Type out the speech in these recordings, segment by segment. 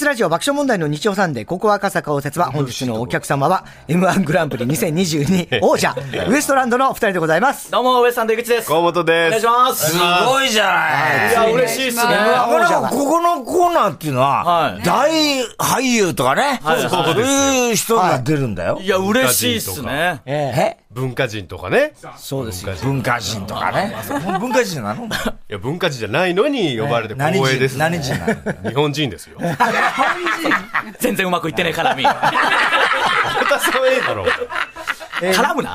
TBS ラジオ爆笑問題の日曜サンデー、ここは赤坂応接は、本日のお客様は M1 グランプリ2022王者ウエストランドのお二人でございます。 どうもウエストランド井口です。 河本です。 お願いします。 すごいじゃない。 いや嬉しいっすね。 ここのコーナーっていうのは、大俳優とかね、そういう人が出るんだよ。 いや嬉しいっすね。 文化人とかね。 そうですよ。 文化人とかね。文化人なの？いや文化人じゃないのに呼ばれて光栄です。 何人なの？ 日本人ですよ。 全然うまくいってねえ絡み。 またそういいだろう。 絡むな。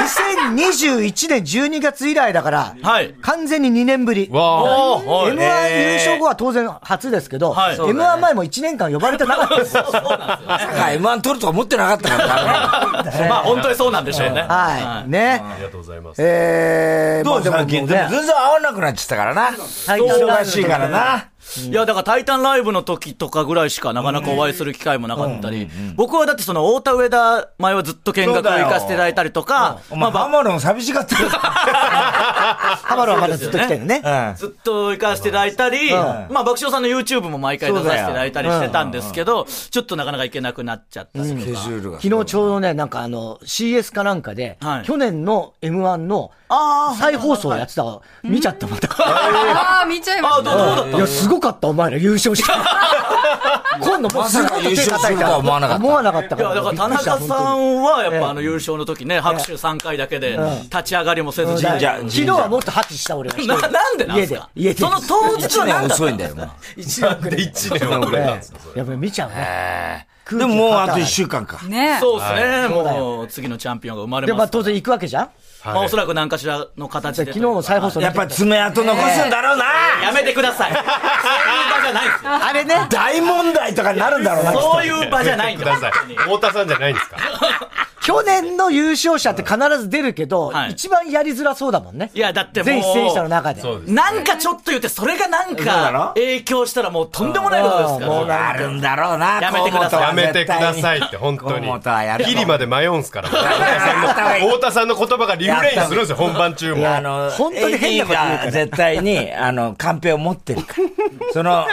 2021年12月以来だから、 はい、 完全に2年ぶり。 わー。M1 優勝後は当然初ですけど、M1 前も1年間呼ばれてなかったです。 そうなんですよ。 M1 取るとか思ってなかったからね。 まあ本当にそうなんでしょうね。 はい。ね。 ありがとうございます。 どう最近全然会わなくなっちゃったからな。忙しいからな。 いやだからタイタンライブの時とかぐらいしかなかなかお会いする機会もなかったり、僕はだってその太田上田前はずっと見学を行かせていただいたりとか、 まあハマロン寂しがってる。 ハマロンはまだずっと来てるね。 ずっと行かせていただいたり、まあ爆笑さんの YouTube も毎回出させていただいたりしてたんですけど、ちょっとなかなか行けなくなっちゃった。 昨日ちょうどね、なんかCS かなんかで、去年の M1 の再放送やってた見ちゃったまた。 見ちゃいました。 どうだった？ いやすごかった。お前ら優勝して今度もうすごい優勝するとは思わなかったから。 いやだから田中さんはやっぱ優勝の時ね、拍手3回だけで立ち上がりもせず、 昨日はもっと拍手した俺が。 なんでなんですか？ 家でその当日は 1年遅いんだよ。 なんで1年遅れたんですか？ やっぱり見ちゃうね。 でももうあと1週間か。 ね。 そうですね。もう次のチャンピオンが生まれます。 でまあ当然行くわけじゃん。 まあおそらく何かしらの形で。 昨日の再放送やっぱ爪痕残すんだろうな。 やめてください。そういう場じゃないですよ。 あれね。 大問題とかになるんだろうな。 そういう場じゃないんだよ。 太田さんじゃないんですか？ 去年の優勝者って必ず出るけど、一番やりづらそうだもんね。 いやだってもう全出演者の中で。 なんかちょっと言ってそれがなんか影響したらもうとんでもないことですから。 もうなるんだろうな。 やめてください。 やめてくださいって本当に。ギリまで迷うんすから。太田さんの言葉がリフレインするんですよ本番中も。 本当に変なこと言うから。 絶対にカンペを持ってるから。その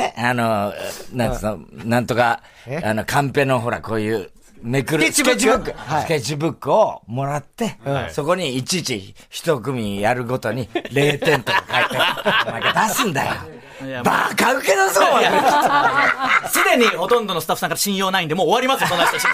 なんとかカンペのほらこういうめくるスケッチブックをもらって、そこにいちいち一組やるごとに0点とか書いて、お前が出すんだよ。バカウケだぞ、お前。 すでにほとんどのスタッフさんから信用ないんで、もう終わりますよ、そんな人。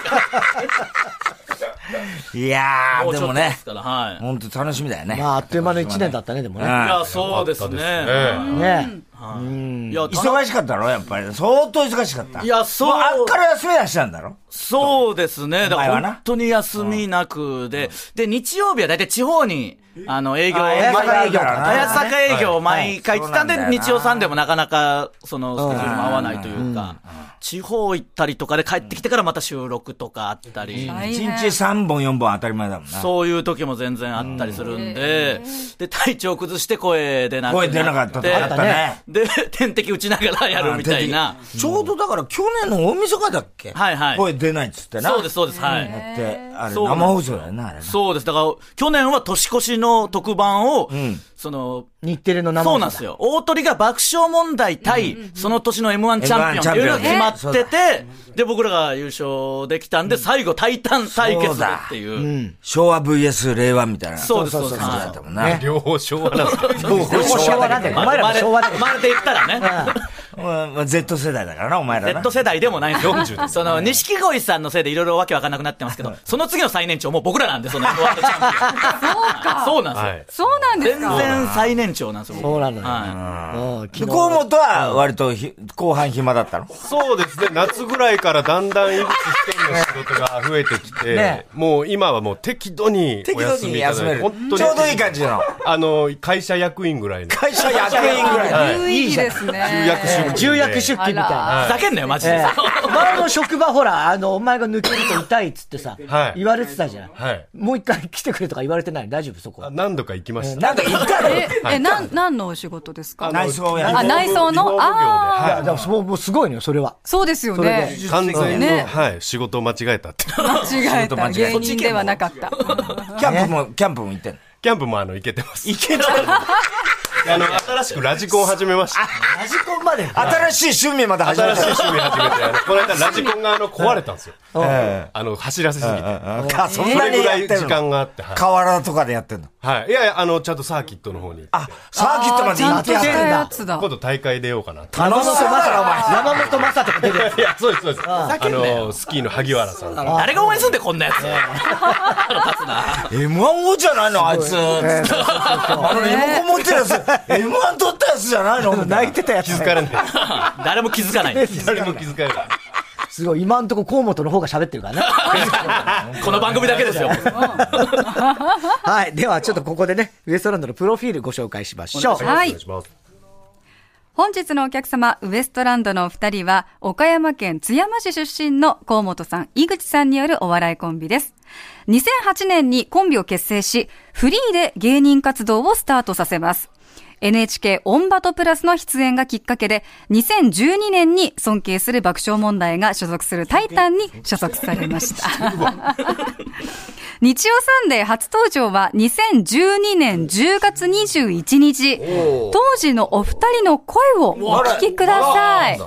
いやー、でもね、 本当楽しみだよね。 まあ、あっという間の1年だったね、でもね。いや、そうですね。 ね。 忙しかったろやっぱり。相当忙しかった。 いや、そう。 あっから休み出したんだろそうですね。だから本当に休みなくで、日曜日はだいたい地方に、営業、早坂営業を毎回行ってたんで、日曜サンデーもなかなか、その、スケジュールも合わないというか、地方行ったりとかで帰ってきてからまた収録とかあったり。 1日3本4本当たり前だもんな。 そういう時も全然あったりするんで、で、体調崩して声出なくなって。 声出なかったとあったね。 で、点滴打ちながらやるみたいな。 ちょうどだから去年の大晦日だっけ？ はいはい。 声出ないっつってな。 そうです、そうです、はい。 やって、あれ生放送だよな、あれな。 そうです。だから、去年は年越しの特番を、その、 日テレの生放送。 そうなんですよ。大鳥が爆笑問題対、その年の M1 チャンピオンっていうのが決まってて、で、僕らが優勝できたんで、最後、タイタン対決でっていう。 昭和 VS 令和みたいな。 そうです、そうです。 両方昭和なんですか？ 両方昭和なんだよ。お前らも昭和だよ。 生まれていったらね。 Z 世代だからな、お前らな。 Z 世代でもないんですよ。40その、錦鯉さんのせいでいろいろわけわかんなくなってますけど、その次の最年長もう僕らなんで、その M1 のチャンピオン。 そうか。 そうなんですよ。そうなんですか。 全然最年長なんですよ。 そうなのよ。河本は割と後半暇だったの？ そうですね。夏ぐらいからだんだん井口一人の仕事が増えてきて、もう今はもう適度にお休みいただいて、 本当にちょうどいい感じの。 会社役員ぐらいの。 会社役員ぐらい。 いいですね。 重役出勤みたいな。 ふざけんなよ、マジで。 前の職場、ほら、お前が抜けると痛いっつってさ、言われてたじゃん。もう一回来てくれとか言われてない？大丈夫そこ？ 何度か行きました。 何度か行ったの？ 何のお仕事ですか？ 内装や。 内装の？ ああ。いや、もうすごいのよ、それは。 そうですよね。 完全に、仕事を間違えたって。 間違えた。芸人ではなかった。 キャンプも行ってんの？ キャンプも行けてます。 行けてる。 新しくラジコン始めました。 ラジコンまで新しい趣味まで始めた。 新しい趣味始めて、この間ラジコンが壊れたんですよ。走らせすぎて。 そんなにぐらい時間があって。 河原とかでやってんの？ はい。いやいや、ちゃんとサーキットの方に。 あ、サーキットまで行ってやってるんだ。 今度大会出ようかな。 山本正とか出てる。 いや、そうです、そうです。スキーの萩原さん。 誰が応援すんでこんなやつ。立つな。 M1 王じゃないのあいつ。リモコン持ってるやつ。M1 取ったやつじゃないの泣いてたやつ。 気づかれない。 誰も気づかない。 誰も気づかれない。 すごい、今んとこ河本の方が喋ってるからね。 この番組だけですよ。 はい。では、ちょっとここでね、ウエストランドのプロフィールご紹介しましょう。 はい。本日のお客様、ウエストランドのお二人は、岡山県津山市出身の河本さん、井口さんによるお笑いコンビです。2008年にコンビを結成し、フリーで芸人活動をスタートさせます。NHK オンバトプラスの出演がきっかけで、2012年に尊敬する爆笑問題が所属するタイタンに所属されました。日曜サンデー初登場は2012年10月21日。当時のお二人の声をお聞きください。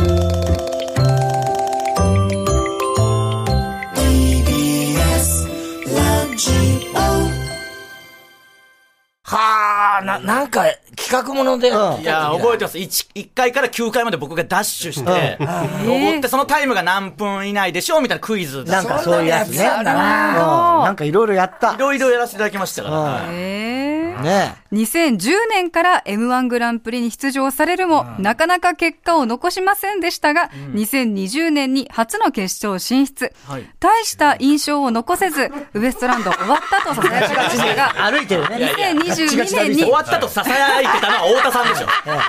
はあ、なんか、企画もので。いや、覚えてます。1回から9回まで僕がダッシュして、登って、そのタイムが何分以内でしょうみたいなクイズ。 なんかそういうやつね。なんかいろいろやった。 いろいろやらせていただきましたから。 ね、2010年から M1 グランプリに出場されるも、なかなか結果を残しませんでしたが、2020年に初の決勝進出。大した印象を残せず、ウエストランド終わったとささやきがちですが、 歩いてるね。 2022年に終わったとささやいてたのは太田さんでしょ。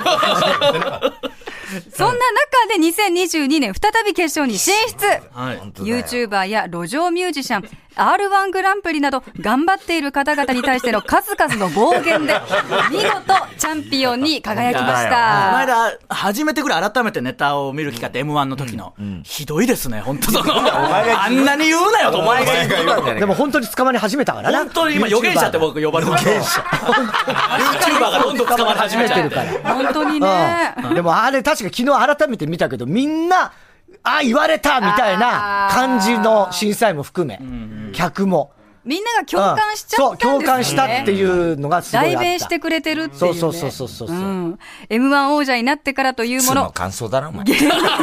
そんな中で2022年再び決勝に進出。YouTuber や路上ミュージシャン、R1 グランプリなど頑張っている方々に対しての数々の暴言で見事チャンピオンに輝きました。 この間初めてぐらい改めてネタを見る機会って M1 の時の、ひどいですね本当。あんなに言うなよとお前が言う。 でも本当に捕まり始めたからね。 本当に今予言者って僕呼ばれてる。YouTuber がどんどん捕まり始めてるから。 本当にね。 でもあれ確か昨日改めて見たけどみんな言われたみたいな感じの審査員も含め、客も。 みんなが共感しちゃったんですね。 そう、共感したっていうのがすごいあった。 代弁してくれてるっていうね。 そう。 M1 王者になってからというもの。 その感想だな、お前。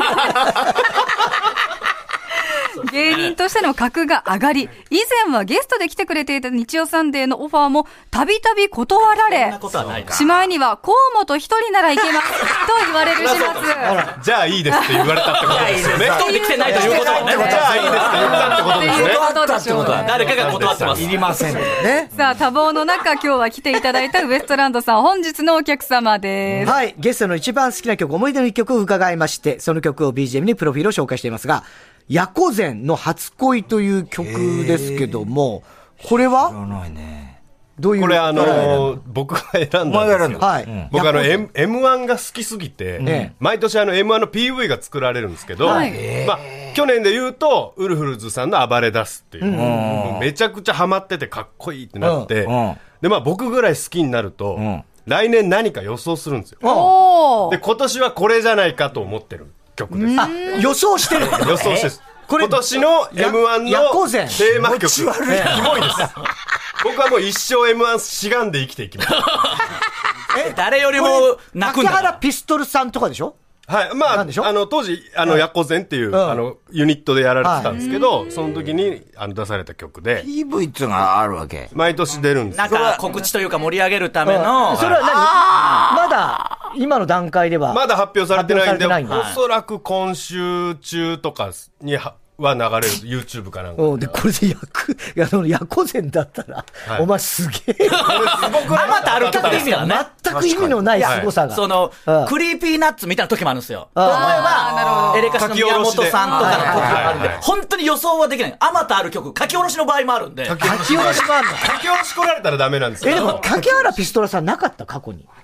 芸人としての格が上がり、以前はゲストで来てくれていた日曜サンデーのオファーもたびたび断られ、しまいには河本一人ならいけますと言われる始末。 じゃあいいですって言われたってことですよね。 一人で来てないということはね。 じゃあいいですって言ったってことですね。 誰かが断ってます。 いりませんね。 さあ、多忙の中、今日は来ていただいたウエストランドさん、本日のお客様です。 はい。ゲストの一番好きな曲、思い出の一曲を伺いまして、その曲を BGM にプロフィールを紹介していますが、ヤコゼンの初恋という曲ですけども、これはどういうこれ僕が選んだんですよ。 はい。 僕M1 が好きすぎて、毎年M1 の PV が作られるんですけど、まあ、去年で言うと、ウルフルズさんの暴れ出すっていう、めちゃくちゃハマっててかっこいいってなって、で、まあ僕ぐらい好きになると、来年何か予想するんですよ。で、今年はこれじゃないかと思ってる曲です。 予想してる。 予想してる。今年の M1 のテーマ曲。キモいです。僕はもう一生 M1 しがんで生きていきます。 誰よりも泣くんだ。 竹原ピストルさんとかでしょ？ はい。まあ、当時、ヤコゼンっていう、ユニットでやられてたんですけど、その時に、出された曲で。 PV っていうのがあるわけ。 毎年出るんです。 なんか、告知というか盛り上げるための。 それは何？まだ、今の段階では。 まだ発表されてないんで、おそらく今週中とかには流れる YouTube かなんか。 で、これでヤコゼンだったら、お前すげえ。 あまたある曲ですからね。 全く意味のない凄さが。 その、クリーピーナッツみたいな時もあるんですよ。例えば、エレカシの宮本さんとかの時もあるんで、本当に予想はできない。あまたある曲、書き下ろしの場合もあるんで。 書き下ろしもあるの？ 書き下ろし来られたらダメなんですけど。 でも、竹原ピストラさんなかった過去に。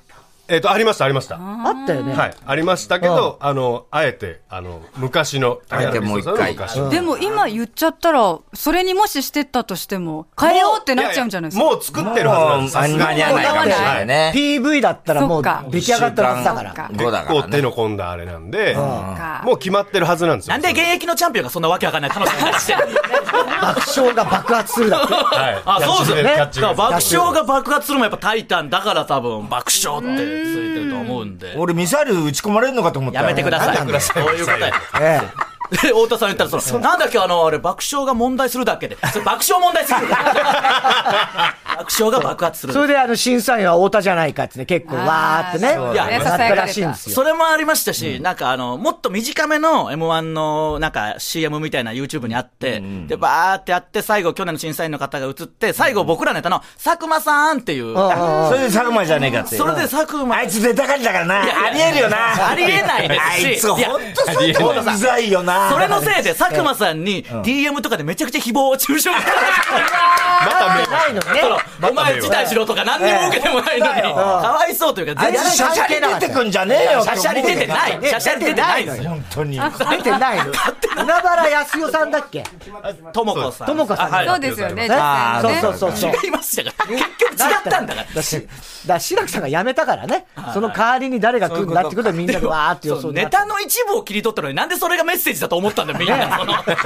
ありました、ありました。 あったよね。 はい。ありましたけど、あえて、昔の、 あえてもう一回。 でも今言っちゃったら、それにもししてったとしても、変えようってなっちゃうんじゃないですか。 もう作ってるはずなんです。 間に合わないかもしれないね。 PV だったらもう出来上がったはずだから。 結構手の込んだあれなんで、もう決まってるはずなんですよ。 なんで現役のチャンピオンがそんなわけわかんない彼女にして爆笑が爆発するだって。 あ、そうですよね。爆笑が爆発するもやっぱタイタンだから多分爆笑ってついてると思うんで。 俺ミサイル撃ち込まれるのかと思った。 やめてください。そういうことや。太田さん言ったらなんだっけあれ爆笑が問題するだけで。それ爆笑問題する。爆笑が爆発する。 それで審査員は太田じゃないかってね、結構わーってね。 いや、 なったらしいんですよ。 それもありましたし、なんかもっと短めの M1 のなんか CM みたいな YouTube にあって、で、バーってやって、最後去年の審査員の方が映って、最後僕らネタの佐久間さんっていう。 それで佐久間じゃねえかって。 それで佐久間。 あいつ出たがりだからな。ありえるよな。 ありえないですし。 あいつほんとそううざいよな。 それのせいで佐久間さんに DM とかでめちゃくちゃ誹謗中傷がまたないのね。 お前自体しろとか何にも受けてもないのに、かわいそうというか、 あいつシャシャリ出てくんじゃねえよ。 シャシャリ出てない。シャシャリ出てないのよ。 本当に。 出てないの。海原康代さんだっけ？ ともこさん。 ともこさん。 そうですよね。 そう。 違いましたから。結局違ったんだから。 だ志らくさんが辞めたからね。その代わりに誰が来るんだってことでみんなでわーって予想ネタの一部を切り取ったのになんでそれがメッセージだと思ったんだよ、みんな。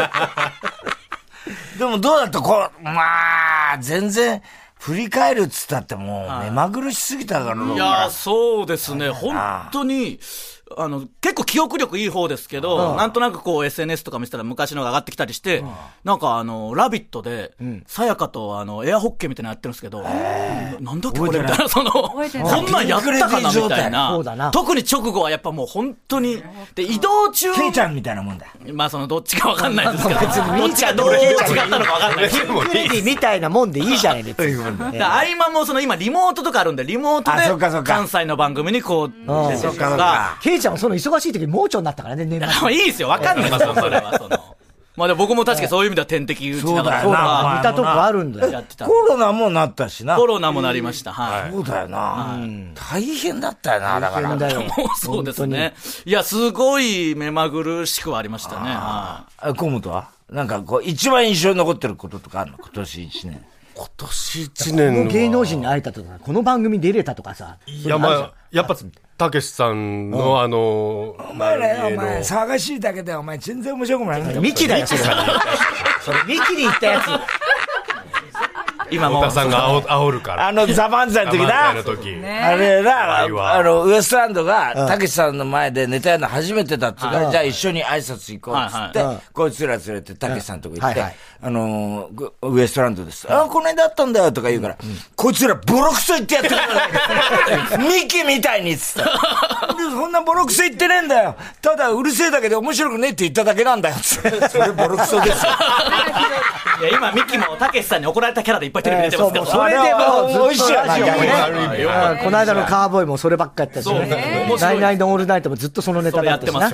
でもどうだったまあ、全然、振り返るっつったってもう、目まぐるしすぎたから。 いや、そうですね。本当に、結構記憶力いい方ですけど、なんとなくこう SNS とか見せたら昔のが上がってきたりして、なんかラビットで、さやかとエアホッケーみたいなのやってるんですけど、なんだっけこれみたいな、そんなんやったかなみたいな。特に直後はやっぱもう本当に、で、移動中。 ケイちゃんみたいなもんだ。 まあどっちかわかんないですけど、どっちがどう違ったのかわかんないですけど。 クリリみたいなもんでいいじゃないですか。 合間も今リモートとかあるんで、リモートで関西の番組にこう、出てるかケイちゃんもその忙しい時盲腸になったからね、年末。 いいですよ、わかんないですよ、それは。まあでも僕も確かにそういう意味では点滴打ちながら。 そうだ、見たとこあるんだよ。 コロナもなったしな。 コロナもなりました。はい。 そうだよな。大変だったよな、だから。 もうそうですね。いや、すごい目まぐるしくはありましたね。はい。 河本はなんかこう、一番印象に残ってることとかあるの？今年1年。 今年1年の。 芸能人に会えたとか、この番組出れたとかさ。 いや、まあ、やっぱ、たけしさんのお前らよ、お前、騒がしいだけでお前全然面白くないんだよ。 ミキだよ、それ。それ、ミキに言ったやつ。 今も。 太田さんが煽るから。 ザ・バンザイの時な。あれな、ウエストランドが、たけしさんの前でネタやるの初めてだって言うから、じゃあ一緒に挨拶行こうっつって、こいつら連れてたけしさんのとこ行って、ウエストランドです。この間あったんだよとか言うから、こいつらボロクソ言ってやってるからミキみたいにっつって。そんなボロクソ言ってねえんだよ。ただうるせえだけで面白くねえって言っただけなんだよっつって。それボロクソですよ。 いや、今ミキもたけしさんに怒られたキャラでいっぱいテレビ出てますから。 それでも美味しい味がね。 この間のカーボーイもそればっかやったしね。ナイナイのオールナイトもずっとそのネタだったしな。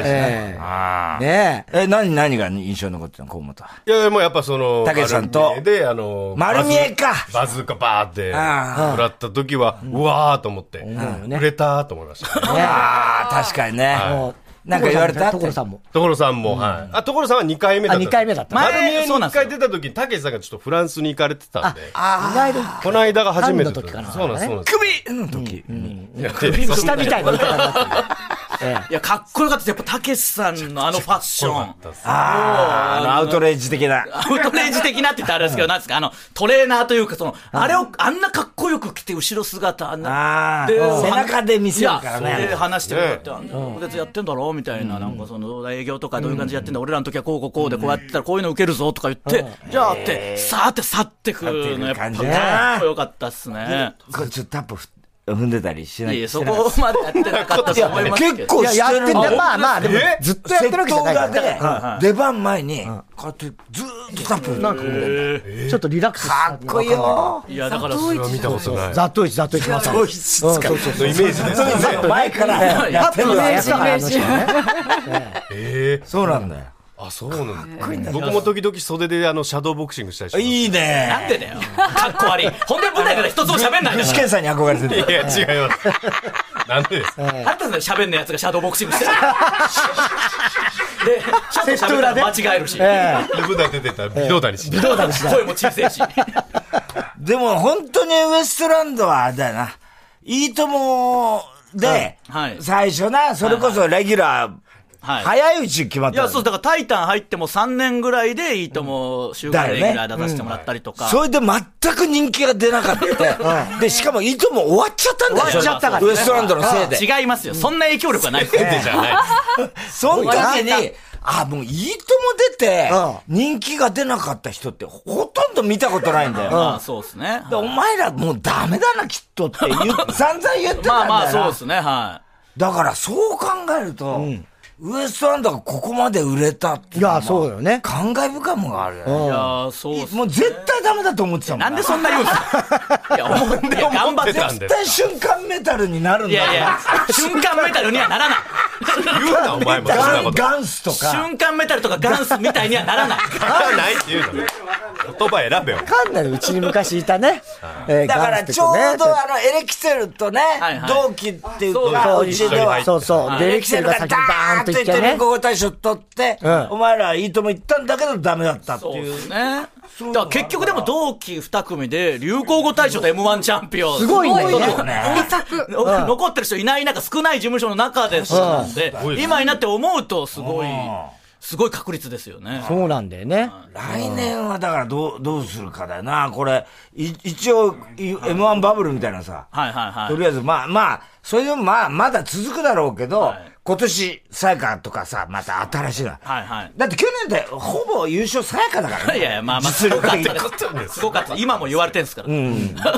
ねえ。何が印象に残ってたの河本は。 いや、もうやっぱたけしさんと。 で、 丸見えか。 バズーカバーってもらった時は、うわーと思って、売れたーと思いました。 確かにね。なんか言われた？ 所さんも。 所さんも、はい。所さんは2回目だった。 2回目だった。 丸見えに1回出た時に、たけしさんがちょっとフランスに行かれてたんで。この間が初めて。 の時かな。 そうなんです。 首の時。 首下みたいな言い方になってる。 いや、かっこよかったです。やっぱたけしさんのファッション。 アウトレイジ的な。 アウトレイジ的なって言ったらあれですけど、なんですか、トレーナーというか、あれをあんなかっこよく着て、後ろ姿、 で、背中で見せるからね。 で、話してくれて、お手伝いやってんだろみたいな、なんか営業とかどういう感じでやってんだ、俺らの時はこうでこうやってたらこういうの受けるぞとか言って、じゃあって、さーって去ってくるの、やっぱかっこよかったっすね。 これちょっとタップ踏んでたりしない？ いや、そこまでやってなかったと思いますけど。 結構してるんだよ。 まあ、でも、ずっとやってるわけじゃないからね。出番前に、こうやってずーっとタップなんか踏んでんだ。 ちょっとリラックスかっこいいよ。 いや、だからそれは見たことない。 ザットイチまさに。 そうイメージです。 前からやってるわ。 そうなんだよ。 あ、そうなんだ。僕も時々袖でシャドーボクシングしたりします。 いいね。 なんでだよ。かっこ悪い。ほんで舞台から一つも喋んないんだよ。 具志堅さんに憧れてる。 いや、違います。なんでですか。 あったんだよ、喋んないやつがシャドーボクシングしてる。で、ちょっと喋ったら間違えるし。 で、舞台出てたら微動だにしない。 微動だにしない。 声も小さいし。 でも本当にウエストランドはあれだよな。いいともで、最初な、それこそレギュラー、早いうち決まった。 いや、そう、だからタイタン入っても3年ぐらいでいいとも週間レギュラー出させてもらったりとか。 それで全く人気が出なかった。で、しかもいいとも終わっちゃったんだよ。 終わっちゃったから。 ウエストランドのせいで。 違いますよ。そんな影響力はない。 せいでじゃない。 その時に、もういいとも出て、人気が出なかった人ってほとんど見たことないんだよ。 まあ、そうですね。 お前らもうダメだな、きっとって散々言ってたんだよな。 まあ、そうですね、はい。 だからそう考えると、ウエストランドがここまで売れたっていうのは。いや、 そうよね。 感慨深もがあるよね。 いや、そう。 もう絶対ダメだと思ってたもん。 なんでそんな言うんですか。いや、思って頑張ってたんで。 絶対瞬間メタルになるんだ。 いやいや、瞬間メタルにはならない。 言うな、お前も。 ガンスとか。 瞬間メタルとかガンスみたいにはならない。 ならないって言うの。言葉選べよ。 わかんない。うちに昔いたね。 だからちょうどエレキテルとね、同期っていうか、うちでは。 そうそう。エレキテルが先にバーンといってね。 大賞取って、お前らいいとも言ったんだけどダメだったっていう。 そうですね。だから結局でも同期2組で流行語大賞と M1 チャンピオン。 すごいね。 残ってる人いない中、少ない事務所の中でしたんで、今になって思うとすごい確率ですよね。 そうなんだよね。 来年はだからどうするかだよな。これ、一応 M1 バブルみたいなさ。とりあえず、まあ、それでもまだ続くだろうけど、今年、さやかとかさ、また新しいな。だって去年でほぼ優勝さやかだからね。 いや、まあ、すごかった。今も言われてるんですから。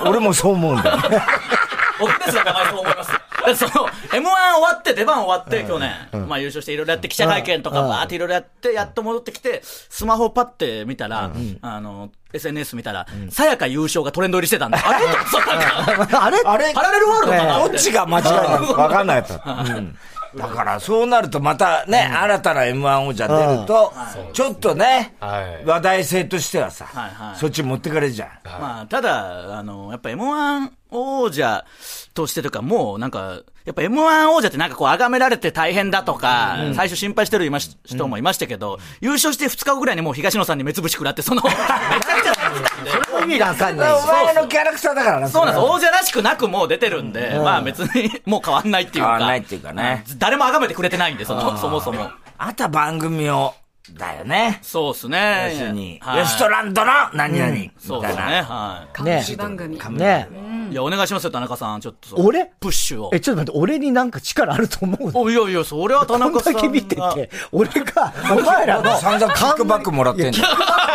俺もそう思うんだよ。 僕ですら名前そう思います。その、M1 終わって、出番終わって、去年、まあ優勝していろいろやって、記者会見とかバーっていろいろやって、やっと戻ってきて、スマホパッて見たら、SNS 見たら、さやか優勝がトレンド入りしてたんだ。あれあれパラレルワールドかなどっちが間違いなのか分かんないと。だからそうなるとまたね、新たな M1 王者出ると、ちょっとね、話題性としてはさ、そっち持ってかれるじゃん。 まあ、ただ、やっぱ M1 王者としてとか、もうなんか、やっぱ M1 王者ってなんかこう、崇められて大変だとか、最初心配してる人もいましたけど、優勝して2日後ぐらいにもう東野さんに目つぶし食らって、めちゃくちゃその意味がわかんない。 お前のキャラクターだからな。 そうなんです。王者らしくなくもう出てるんで、まあ別にもう変わんないっていうか。 変わんないっていうかね。 誰も崇めてくれてないんで、そもそも。 あとは番組を、だよね。 そうっすね。 要するに、レストランドの何々。 そうですね。はい。 監視番組。 ね。 いや、お願いしますよ、田中さん。ちょっと。 俺プッシュを。 ちょっと待って、俺になんか力あると思う。 いや、それは田中さん。 こんだけ見てて、俺が、お前らの散々キックバックもらってんの。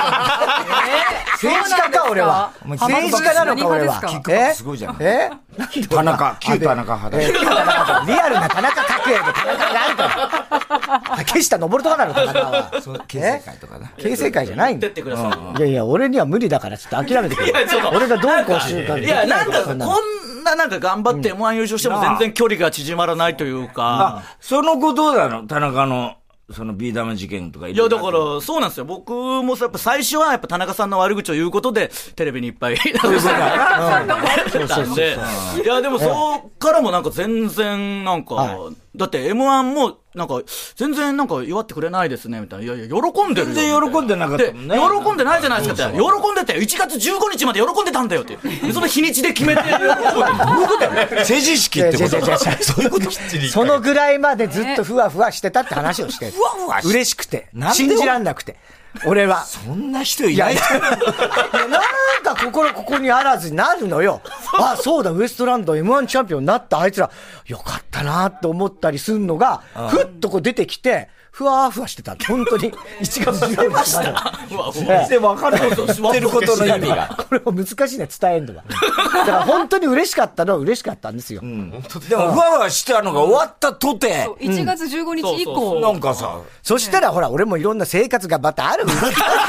政治家か、俺は。政治家なのか、俺は。 キックバックすごいじゃん。田中、旧田中派だ。 リアルな田中角栄で田中があるから。竹下登るとかなの、田中は。 形成会とかな。 形成会じゃないんだ。いや、俺には無理だから、ちょっと諦めてくれ。俺がどうこうするか。 いや、なんか、こんななんか頑張って M1 優勝しても全然距離が縮まらないというか。 その後どうなの田中の。そのビー玉事件とかいや、だから、そうなんですよ。僕もやっぱ最初はやっぱ田中さんの悪口を言うことで、テレビにいっぱい出たんで、いや、でもそっからもなんか全然なんか、だって M1 もなんか、全然なんか祝ってくれないですね、みたいな。いや、喜んでるよ。 全然喜んでなかったもんね。 喜んでないじゃないですかって。喜んでて、1月15日まで喜んでたんだよって。その日にちで決めてる。 政治意識ってことそういうことそのぐらいまでずっとふわふわしてたって話をしてる。 ふわふわ嬉しくて。信じらんなくて。俺は。 そんな人いない。 なんか心ここにあらずになるのよ。あ、そうだ、ウエストランド M1 チャンピオンになったあいつら、よかったなって思ったりするのが、ふっとこう出てきて、ふわーふわしてた。本当に。1月15日まで。 全然わかんないと知ってることの意味が。 これも難しいね、伝えんのが。だから本当に嬉しかったのは嬉しかったんですよ。 でも、ふわふわしたのが終わったとて。 1月15日以降。 なんかさ。 そしたらほら、俺もいろんな生活がまたある。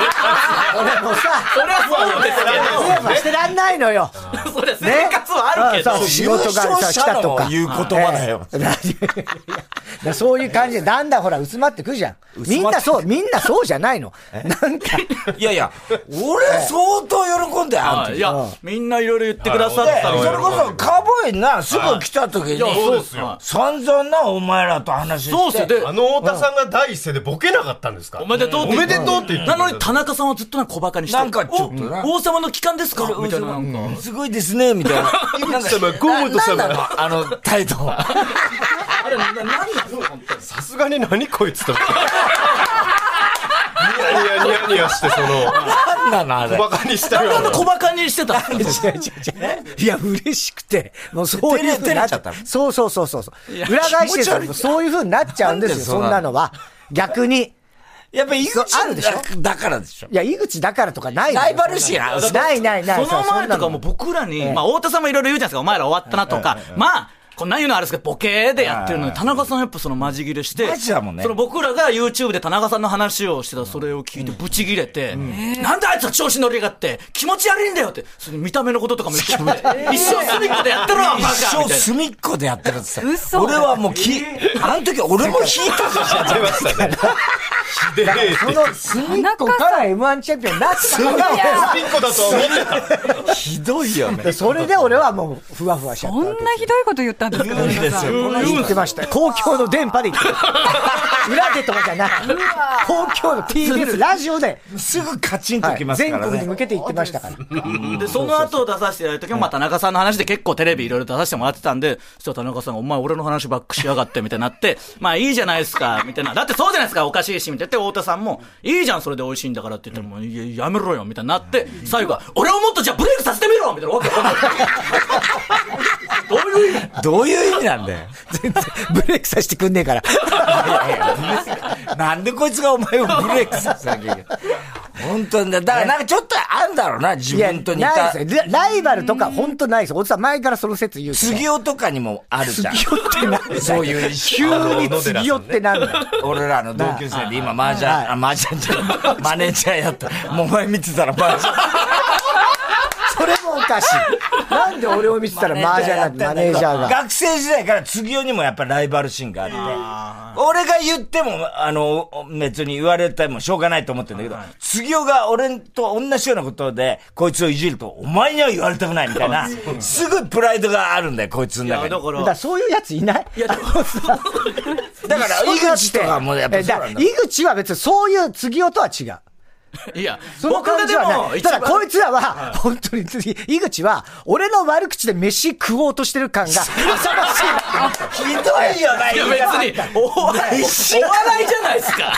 俺もさ、 それはそうですけど。 してらんないのよ。 それ生活はあるけど。 仕事がさ、来たとか。 言う言葉だよ。 そういう感じで、だんだんほら、薄まってくじゃん。みんなそうじゃないの。なんか。 いやいや、俺相当喜んで、あんた。 いや、みんないろいろ言ってくださったそれこそ、カボーイな、すぐ来た時に、 そうですよ。 散々な、お前らと話して。 そうっすよ。で、 太田さんが第一声でボケなかったんですか？ おめでとうって言って。 なのに田中さんはずっと小馬鹿にして。 なんかちょっとな。 王様の帰還ですかみたいな。 すごいですね、みたいな。 井口様、河本様。 態度は。 あれ、何なの？ さすがに何こいつと。ニヤニヤして、 なんなのあれ。 小馬鹿にしたよ。 小馬鹿にしてた。 いや、嬉しくて、もうそういう風になっちゃった。そう。裏返してると、そういう風になっちゃうんですよ、そんなのは。逆に。 やっぱ井口だからでしょ。 いや、井口だからとかない。 ライバル視や。 ない。 その前とかも僕らに、まあ、太田さんもいろいろ言うじゃないですか、お前ら終わったなとか、まあ、こんな言うのあれですけど、ボケーでやってるのに、田中さんやっぱマジ切れして、 マジだもんね。 僕らが YouTube で田中さんの話をしてたそれを聞いてブチ切れて、なんであいつは調子乗りやがって、気持ち悪いんだよって、それ見た目のこととかも言ってくれて、一生隅っこでやってろバカみたいな。 一生隅っこでやってるってさ。俺はもうあの時俺も引いたぞ、し出ましたね。 その隅っこから M1 チャンピオンになったのが、 隅っこだと思ってた。 ひどいよね。 それで俺はもうふわふわしちゃった。 そんなひどいこと言ったんですか？ 言ってました。公共の電波で言ってる。裏でとかじゃない。公共の TBS ラジオで。 すぐカチンときますからね。 全国に向けて言ってましたから。 で、その後出させてやるときも、まあ、田中さんの話で結構テレビいろいろ出させてもらってたんで、そしたら田中さんが、お前俺の話バックしやがって、みたいになって、まあいいじゃないですか、みたいな。だってそうじゃないですか、おかしいし、みたいな。で、太田さんも、いいじゃん、それで美味しいんだからって言ったら、もう、やめろよ、みたいになって、最後は、俺をもっとじゃあブレイクさせてみろみたいなわけわかんない。 どういう意味なんだよ。 全然、ブレイクさせてくんねえから。 なんでこいつがお前をブレイクさせなきゃいけない。本当にだからなんかちょっとあんだろうな、自分と似た。 ないですよ。ライバルとか本当ないですよ。おじさん前からその説言う。 杉尾とかにもあるじゃん。 杉尾って何？ そういう。 急に杉尾ってなんだ？ 俺らの同級生で今麻雀じゃん。マネージャーやった。もうお前見てたら麻雀。 それもおかしい。なんで俺を見てたら麻雀なんてマネージャーが。 学生時代から杉尾にもやっぱライバル心があって、俺が言っても、別に言われてもしょうがないと思ってるんだけど、杉尾が俺と同じようなことで、こいつをいじると、お前には言われたくないみたいな、すぐプライドがあるんだよ、こいつの中に。 だからそういうやついない？ だから、井口とかもやっぱそうなんだ。 井口は別にそういう杉尾とは違う。 いや、 その感じはない。ただこいつらは、本当に、井口は、俺の悪口で飯食おうとしてる感が、浅ましい。 ひどいよな、 いや別に、お笑いじゃないですか。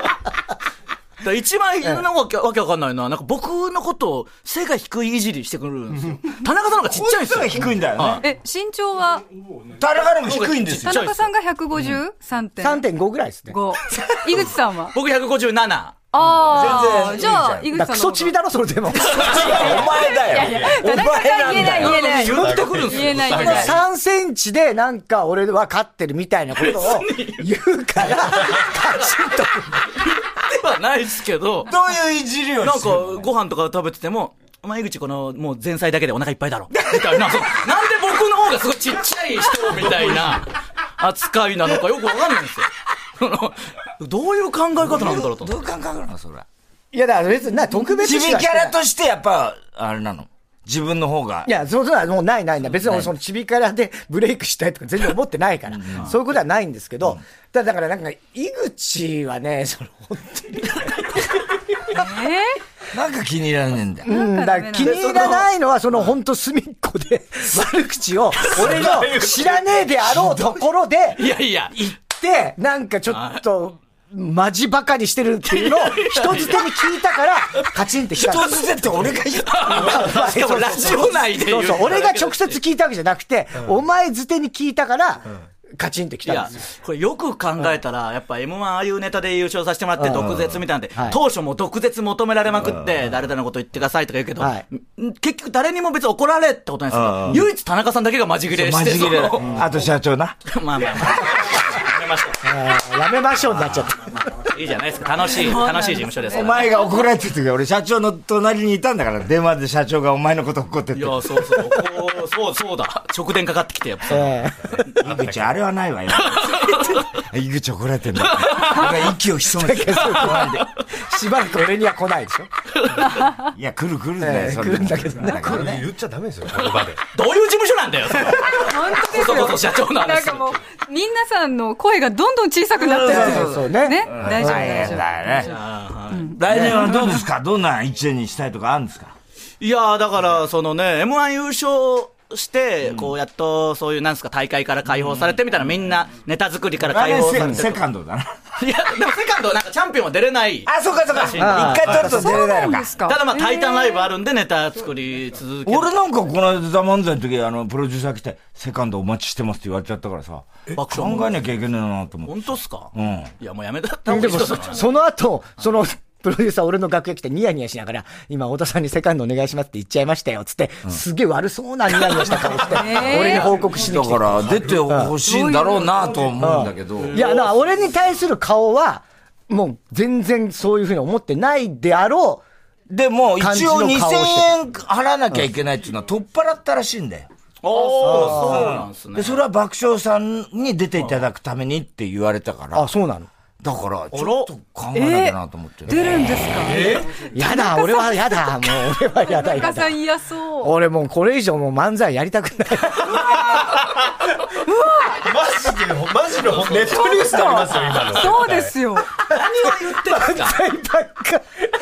一番わけわかんないのは、なんか僕のことを背が低いいじりしてくるんですよ。田中さんの方がちっちゃいんですよ。 背が低いんだよね。 身長は田中の方が低いんですよ。 田中さんが153.5 ぐらいですね。 井口さんは僕157。 ああ、じゃあ、井口さんの。 クソチビだろ、それでも。 お前だよ。 お前なんだよ。言えない。 言ってくるんですよ。 言えない。 3センチでなんか俺は勝ってるみたいなことを言うから、カチンと。 ではないですけど。 どういういじりをなんか、ご飯とか食べてても、お前井口もう前菜だけでお腹いっぱいだろ。みたいな。なんで僕の方がすごいちっちゃい人みたいな扱いなのかよくわかんないんですよ。どういう考え方なんだろうと。 どういう考え方なのそれ。 いや、だから別に特別チビキャラとしてやっぱ、あれなの。自分の方が。 いや、そういうのはもうない。別に俺そのチビキャラでブレイクしたいとか全然思ってないから。そういうことはないんですけど、だからなんか、井口はね、本当に。 なんか気に入らねえんだよ。 だから気に入らないのは、本当隅っこで悪口を、俺の知らねえであろうところで、 いや、 言って、なんかちょっと、マジバカにしてるっていうのを人づてに聞いたから、カチンってきた。 人づてって俺が言った。 しかもラジオ内で言う。 そう、俺が直接聞いたわけじゃなくて、お前づてに聞いたから、カチンってきたんですよ。 これよく考えたら、やっぱ M1 ああいうネタで優勝させてもらって毒舌みたいなんで、当初も毒舌求められまくって、誰々のこと言ってくださいとか言うけど、結局誰にも別に怒られってことないですよ。唯一田中さんだけがマジ切れして。 マジ切れ。あと社長な。 まあ。 めましょう。 やめましょうになっちゃった。 いいじゃないですか。楽しい事務所ですから。 お前が怒られてる時は俺社長の隣にいたんだから、電話で社長がお前のこと怒ってて。 いや、そうだ。直電かかってきて、やっぱ。 井口、あれはないわよ。井口怒られてんだ。俺が息を潜めて。 しばらく俺には来ないでしょ。 いや、来るんだよ、 来るんだけどね。 言っちゃダメですよ、この場で。 どういう事務所なんだよ、それ。 本当ですよ。 こそ社長の話。 なんかもう、皆さんの声がどんどん小さくなってる。 そうね。 ね。大丈夫、大丈夫。 来年はどうですか？どんな一年にしたいとかあるんですか？ いやだから、そのね、M1 優勝して、こう、やっと、そういう、なんですか、大会から解放されてみたいな、みんな、ネタ作りから解放されて。 セカンドだな。 いや、でもセカンド、なんかチャンピオンは出れない。 あ、そうか。一回取ると出れないのか。 ただまあ、タイタンライブあるんで、ネタ作り続ける。 俺なんかこの間、ザ・漫才の時、プロデューサー来て、セカンドお待ちしてますって言われちゃったからさ、考えなきゃいけないなと思って。 本当っすか？ うん。 いや、もうやめたった方がいいですよ。 その後、プロデューサー俺の楽屋来てニヤニヤしながら、今、太田さんにセカンドお願いしますって言っちゃいましたよ、つって、すげえ悪そうなニヤニヤした顔して、俺に報告しに来て。 だから、出てほしいんだろうなと思うんだけど。 いや、俺に対する顔は、もう全然そういうふうに思ってないであろう。でも、一応2000円払わなきゃいけないっていうのは取っ払ったらしいんだよ。 そうなんですね。 で、それは爆笑さんに出ていただくためにって言われたから。 あ、そうなの？ だから、ちょっと考えなきゃなと思って。 出るんですか？ やだ、俺はやだ、もう俺はやだ。 田中さん嫌そう。 俺もうこれ以上もう漫才やりたくない。 マジのネットニュースになりますよ、今の。 そうですよ。 何を言ってるんですか？ 漫才ばっか。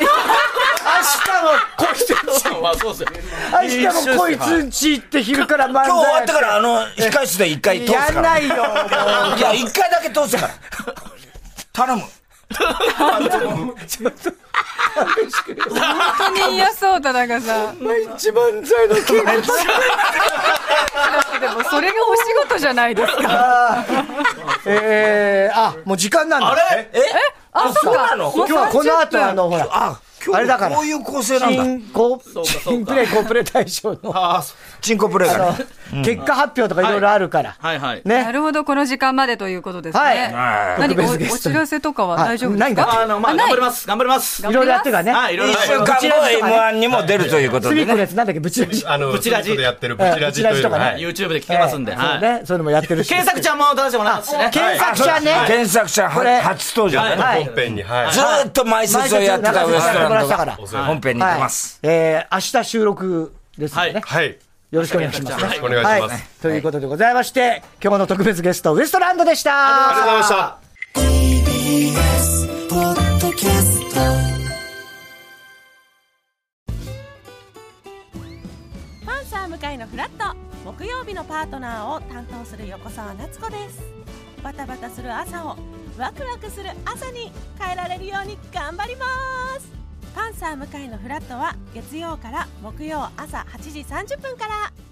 明日もこいつんち。 まあそうですよ。 明日もこいつんち行って昼から漫才。 今日終わってから控室で一回通すから。 やんないよ。いや、一回だけ通すから。頼む。 本当に嫌そう、田中さん。 毎日漫才の稽古。 でもそれがお仕事じゃないですか。 もう時間なんだ。 あれ？ あ、そうなの？ 今日はこの後ほら。あれだから。 こういう構成なんだ。 チンプレイ、コープレイ大賞の。 チンコプレイがね。 結果発表とかいろいろあるから。 はいはい。 ね。 なるほど、この時間までということですね。 はい。 何かお知らせとかは大丈夫ですか？ 頑張ります。頑張ります。 いろいろやってからね。 はい、いろいろ。 1週間後 M1 にも出るということでね。 次のやつなんだっけ、ブチラジ。 ブチラジでやってるブチラジというのとかね。 YouTube で聞けますんで。 そうね。そういうのもやってるし。 検索ちゃんも出してもらいますしね。 検索者ね。 検索者初登場ね。 本編に、はい。 ずーっと前説をやってたウエストランドが本編に出ます。 明日収録ですね。 はい。 よろしくお願いします。 よろしくお願いします。 ということでございまして、今日の特別ゲスト、ウエストランドでした。 ありがとうございました。 TBS ポッドキャスト。 パンサー向井のフラット、木曜日のパートナーを担当する横澤夏子です。バタバタする朝をワクワクする朝に変えられるように頑張ります。パンサー向井のフラットは月曜から木曜朝8時30分から。